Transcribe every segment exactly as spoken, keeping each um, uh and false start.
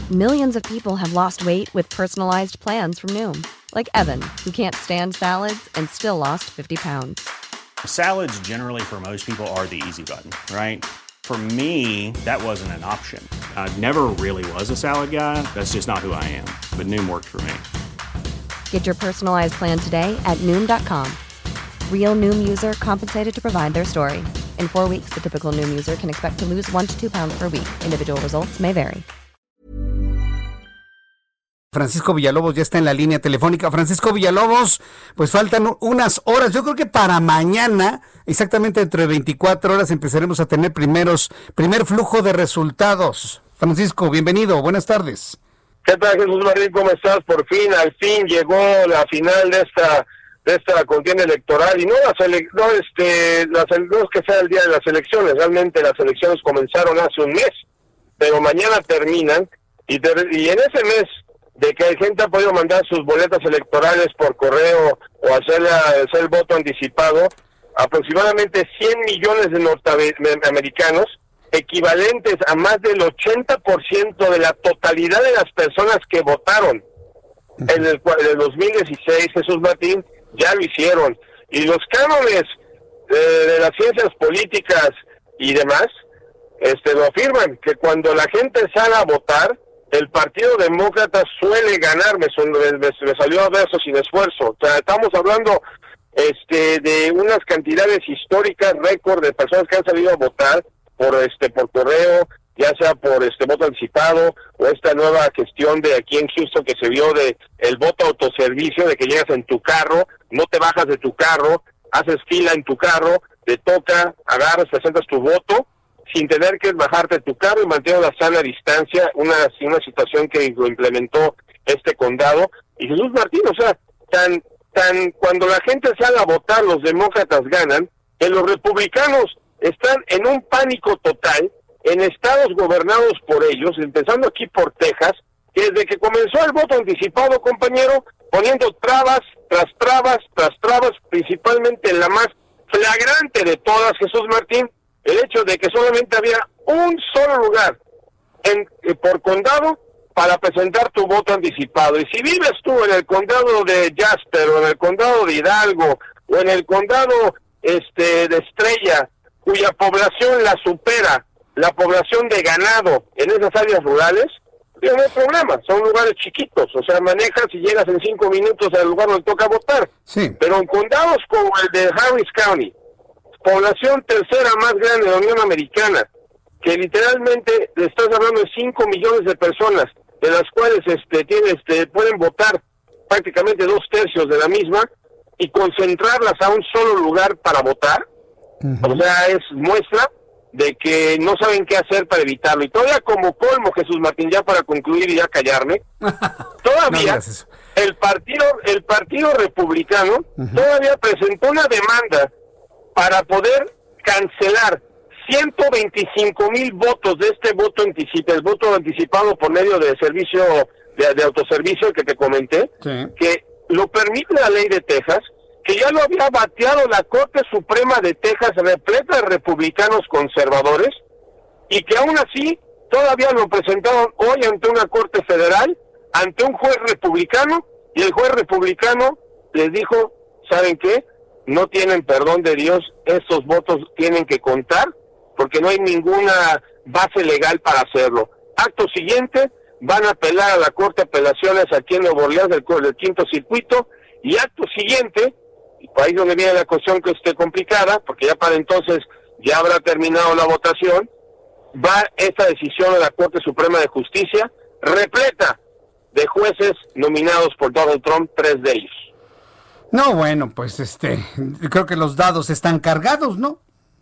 Millions of people have lost weight with personalized plans from Noom. Like Evan, who can't stand salads and still lost fifty pounds. Salads generally for most people are the easy button, right? For me, that wasn't an option. I never really was a salad guy. That's just not who I am. But Noom worked for me. Get your personalized plan today at Noom dot com. Real Noom user compensated to provide their story. In four weeks, the typical Noom user can expect to lose one to two pounds per week. Individual results may vary. Francisco Villalobos ya está en la línea telefónica. Francisco Villalobos, pues faltan unas horas. Yo creo que para mañana, exactamente dentro de veinticuatro horas, empezaremos a tener primeros, primer flujo de resultados. Francisco, bienvenido, buenas tardes. ¿Qué tal, Jesús Martín? ¿Cómo estás? Por fin, al fin llegó la final de esta de esta contienda electoral. Y no, las ele- no, este, las, no es que sea el día de las elecciones, realmente las elecciones comenzaron hace un mes, pero mañana terminan, y, ter- y en ese mes de que hay gente ha podido mandar sus boletas electorales por correo o hacer, la, hacer el voto anticipado, aproximadamente cien millones de norteamericanos, equivalentes a más del ochenta por ciento de la totalidad de las personas que votaron en el, en el dos mil dieciséis, Jesús Martín, ya lo hicieron. Y los cánones eh, de las ciencias políticas y demás este lo afirman, que cuando la gente sale a votar, el Partido Demócrata suele ganar. Me, me, me salió a verso sin esfuerzo. O sea, estamos hablando este de unas cantidades históricas, récord de personas que han salido a votar por este por correo, ya sea por este voto anticipado o esta nueva gestión de aquí en Houston que se vio de el voto autoservicio, de que llegas en tu carro, no te bajas de tu carro, haces fila en tu carro, te toca, agarras, presentas tu voto sin tener que bajarte de tu carro y mantener la sana distancia, una una situación que lo implementó este condado. Y Jesús Martín, o sea, tan tan cuando la gente sale a votar, los demócratas ganan, que los republicanos están en un pánico total en estados gobernados por ellos, empezando aquí por Texas, que desde que comenzó el voto anticipado, compañero, poniendo trabas tras trabas tras trabas, principalmente la más flagrante de todas, Jesús Martín, el hecho de que solamente había un solo lugar en eh, por condado para presentar tu voto anticipado. Y si vives tú en el condado de Jasper, o en el condado de Hidalgo, o en el condado este de Estrella, cuya población la supera la población de ganado en esas áreas rurales, no hay problema, son lugares chiquitos, o sea, manejas y llegas en cinco minutos al lugar donde toca votar. Sí. Pero en condados como el de Harris County, población tercera más grande de la Unión Americana, que literalmente estás hablando de cinco millones de personas, de las cuales este tiene, este pueden votar prácticamente dos tercios de la misma, y concentrarlas a un solo lugar para votar, uh-huh. O sea, es muestra de que no saben qué hacer para evitarlo. Y todavía como colmo, Jesús Martín, ya para concluir y ya callarme, todavía no, el partido el partido republicano uh-huh. todavía presentó una demanda para poder cancelar ciento veinticinco mil votos de este voto anticipado, el voto anticipado por medio de servicio de, de autoservicio que te comenté, sí. Que lo permite la ley de Texas, que ya lo había bateado la Corte Suprema de Texas, repleta de republicanos conservadores, y que aún así todavía lo presentaron hoy ante una Corte Federal, ante un juez republicano, y el juez republicano les dijo, ¿saben qué? No tienen perdón de Dios, estos votos tienen que contar, porque no hay ninguna base legal para hacerlo. Acto siguiente, van a apelar a la Corte de Apelaciones aquí en Nueva Orleans del, del Quinto Circuito, y acto siguiente, y por ahí es donde viene la cuestión que esté complicada, porque ya para entonces ya habrá terminado la votación, va esta decisión de la Corte Suprema de Justicia, repleta de jueces nominados por Donald Trump, tres de ellos. No, bueno, pues este, creo que los dados están cargados, ¿no?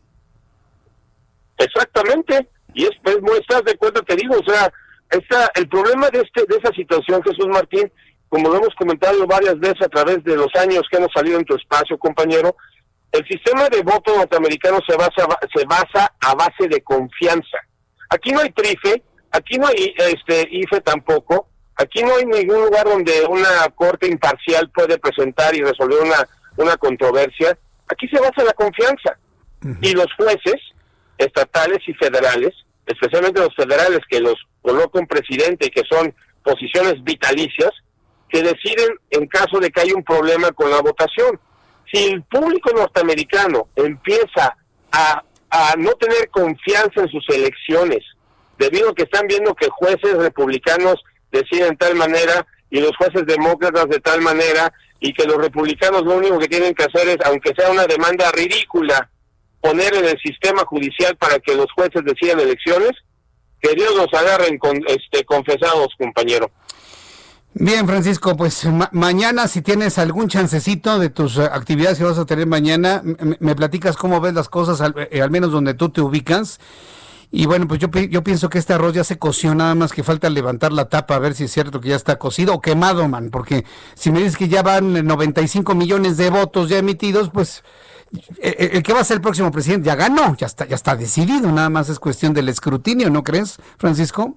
Exactamente, y es pues muestras de cuenta, te digo, o sea, esta, el problema de este de esa situación, Jesús Martín, como lo hemos comentado varias veces a través de los años que hemos salido en tu espacio, compañero, el sistema de voto norteamericano se basa se basa a base de confianza. Aquí no hay trife, aquí no hay este I F E tampoco, aquí no hay ningún lugar donde una corte imparcial puede presentar y resolver una una controversia. Aquí se basa la confianza. Uh-huh. Y los jueces estatales y federales, especialmente los federales que los o no con presidente, que son posiciones vitalicias, que deciden en caso de que hay un problema con la votación. Si el público norteamericano empieza a, a no tener confianza en sus elecciones, debido a que están viendo que jueces republicanos deciden de tal manera y los jueces demócratas de tal manera, y que los republicanos lo único que tienen que hacer es, aunque sea una demanda ridícula, poner en el sistema judicial para que los jueces decidan elecciones, que Dios los agarren con, este, confesados, compañero. Bien, Francisco, pues ma mañana, si tienes algún chancecito de tus uh, actividades que vas a tener mañana, me platicas cómo ves las cosas, al, eh, al menos donde tú te ubicas. Y bueno, pues yo, yo pienso que este arroz ya se coció, nada más que falta levantar la tapa a ver si es cierto que ya está cocido o quemado, man, porque si me dices que ya van noventa y cinco millones de votos ya emitidos, pues el, el que va a ser el próximo presidente ya ganó, ya está, ya está decidido, nada más es cuestión del escrutinio, ¿no crees, Francisco?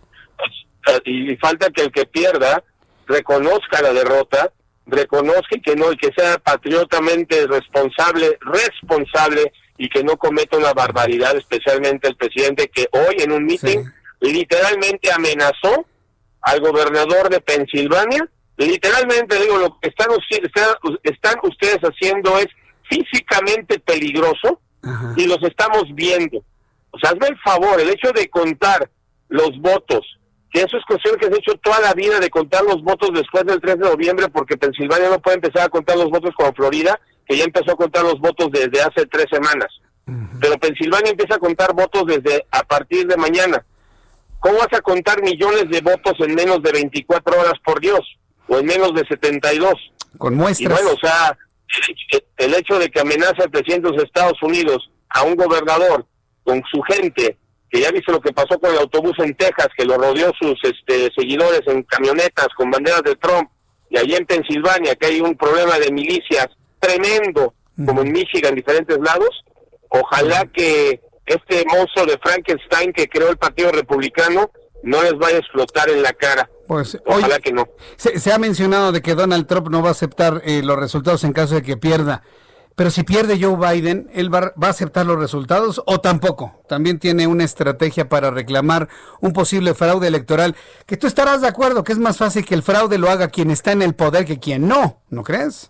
Y falta que el que pierda reconozca la derrota, reconozca que no, y que sea patriotamente responsable, responsable, y que no cometa una barbaridad, especialmente el presidente que hoy en un meeting sí. literalmente amenazó al gobernador de Pensilvania. Literalmente digo, lo que están, están, están ustedes haciendo es físicamente peligroso. Ajá. Y los estamos viendo. O sea, hazme el favor, el hecho de contar los votos, que eso es cuestión que se ha hecho toda la vida, de contar los votos después del tres de noviembre, porque Pensilvania no puede empezar a contar los votos como Florida, que ya empezó a contar los votos desde hace tres semanas. Uh-huh. Pero Pensilvania empieza a contar votos desde a partir de mañana. ¿Cómo vas a contar millones de votos en menos de veinticuatro horas, por Dios? O en menos de setenta y dos. Con muestras. Y bueno, o sea, el hecho de que amenaza al presidente de los Estados Unidos a un gobernador con su gente, que ya viste lo que pasó con el autobús en Texas, que lo rodeó sus este, seguidores en camionetas con banderas de Trump, y allí en Pensilvania, que hay un problema de milicias tremendo, como en Michigan, en diferentes lados. Ojalá que este monstruo de Frankenstein que creó el Partido Republicano no les vaya a explotar en la cara. Pues, ojalá oye, que no. Se, se ha mencionado de que Donald Trump no va a aceptar eh, los resultados en caso de que pierda. Pero si pierde Joe Biden, ¿él va, va a aceptar los resultados o tampoco? También tiene una estrategia para reclamar un posible fraude electoral, que tú estarás de acuerdo que es más fácil que el fraude lo haga quien está en el poder que quien no, ¿no crees?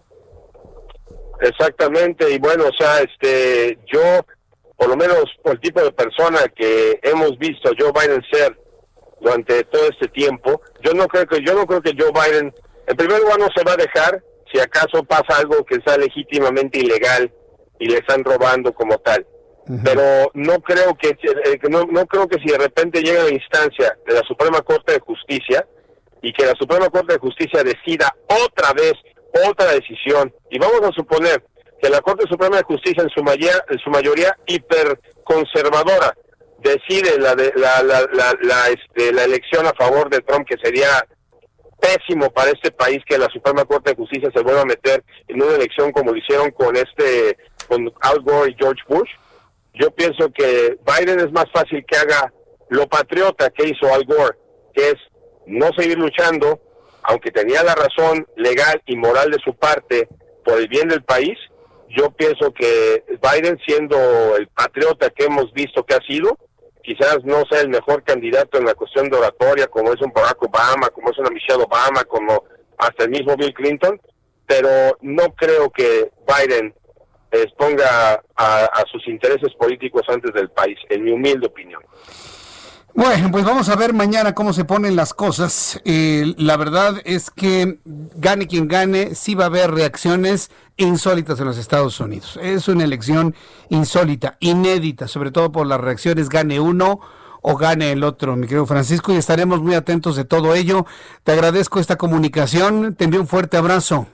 Exactamente, y bueno, o sea, este, yo, por lo menos por el tipo de persona que hemos visto a Joe Biden ser durante todo este tiempo, yo no creo que, yo no creo que Joe Biden, en primer lugar, no se va a dejar si acaso pasa algo que sea legítimamente ilegal y le están robando como tal. Uh-huh. Pero no creo que, eh, no, no creo que si de repente llega la instancia de la Suprema Corte de Justicia y que la Suprema Corte de Justicia decida otra vez otra decisión, y vamos a suponer que la Corte Suprema de Justicia en su mayoría, en su mayoría hiperconservadora decide la, de, la, la, la, la, este, la elección a favor de Trump, que sería pésimo para este país que la Suprema Corte de Justicia se vuelva a meter en una elección como lo hicieron con este con Al Gore y George Bush. Yo pienso que Biden es más fácil que haga lo patriota que hizo Al Gore, que es no seguir luchando, aunque tenía la razón legal y moral de su parte por el bien del país. Yo pienso que Biden, siendo el patriota que hemos visto que ha sido, quizás no sea el mejor candidato en la cuestión de oratoria, como es un Barack Obama, como es una Michelle Obama, como hasta el mismo Bill Clinton, pero no creo que Biden exponga a, a sus intereses políticos antes del país, en mi humilde opinión. Bueno, pues vamos a ver mañana cómo se ponen las cosas. Eh, la verdad es que gane quien gane, sí va a haber reacciones insólitas en los Estados Unidos. Es una elección insólita, inédita, sobre todo por las reacciones, gane uno o gane el otro, mi querido Francisco, y estaremos muy atentos de todo ello. Te agradezco esta comunicación, te envío un fuerte abrazo.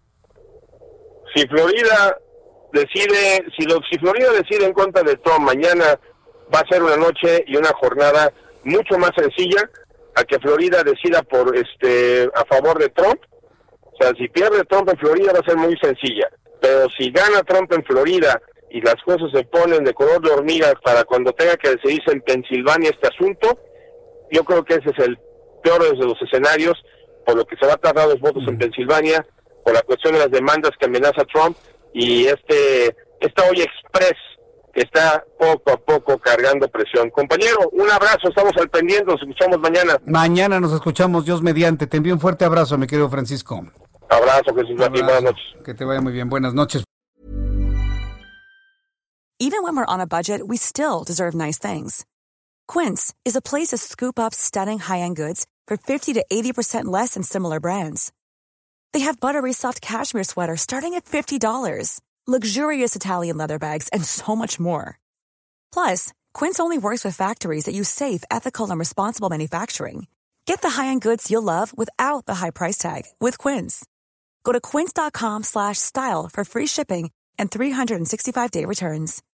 Si Florida decide, si, lo, si Florida decide en contra de Trump mañana, va a ser una noche y una jornada mucho más sencilla a que Florida decida por este a favor de Trump. O sea, si pierde Trump en Florida va a ser muy sencilla, pero si gana Trump en Florida y las cosas se ponen de color de hormigas para cuando tenga que decidirse en Pensilvania este asunto, yo creo que ese es el peor de los escenarios, por lo que se va a tardar los votos en Pensilvania, por la cuestión de las demandas que amenaza Trump y este esta olla express que está poco a poco cargando presión. Compañero, un abrazo, estamos al pendiente, nos escuchamos mañana. Mañana nos escuchamos, Dios mediante. Te envío un fuerte abrazo, mi querido Francisco. Abrazo, Jesús Martín, buenas noches. Que te vaya muy bien, buenas noches. Even when we're on a budget, we still deserve nice things. Quince is a place to scoop up stunning high-end goods for fifty to eighty percent less than similar brands. They have buttery soft cashmere sweaters starting at fifty dollars, luxurious Italian leather bags, and so much more. Plus, Quince only works with factories that use safe, ethical, and responsible manufacturing. Get the high-end goods you'll love without the high price tag with Quince. Go to quince.com slash style for free shipping and three sixty-five day returns.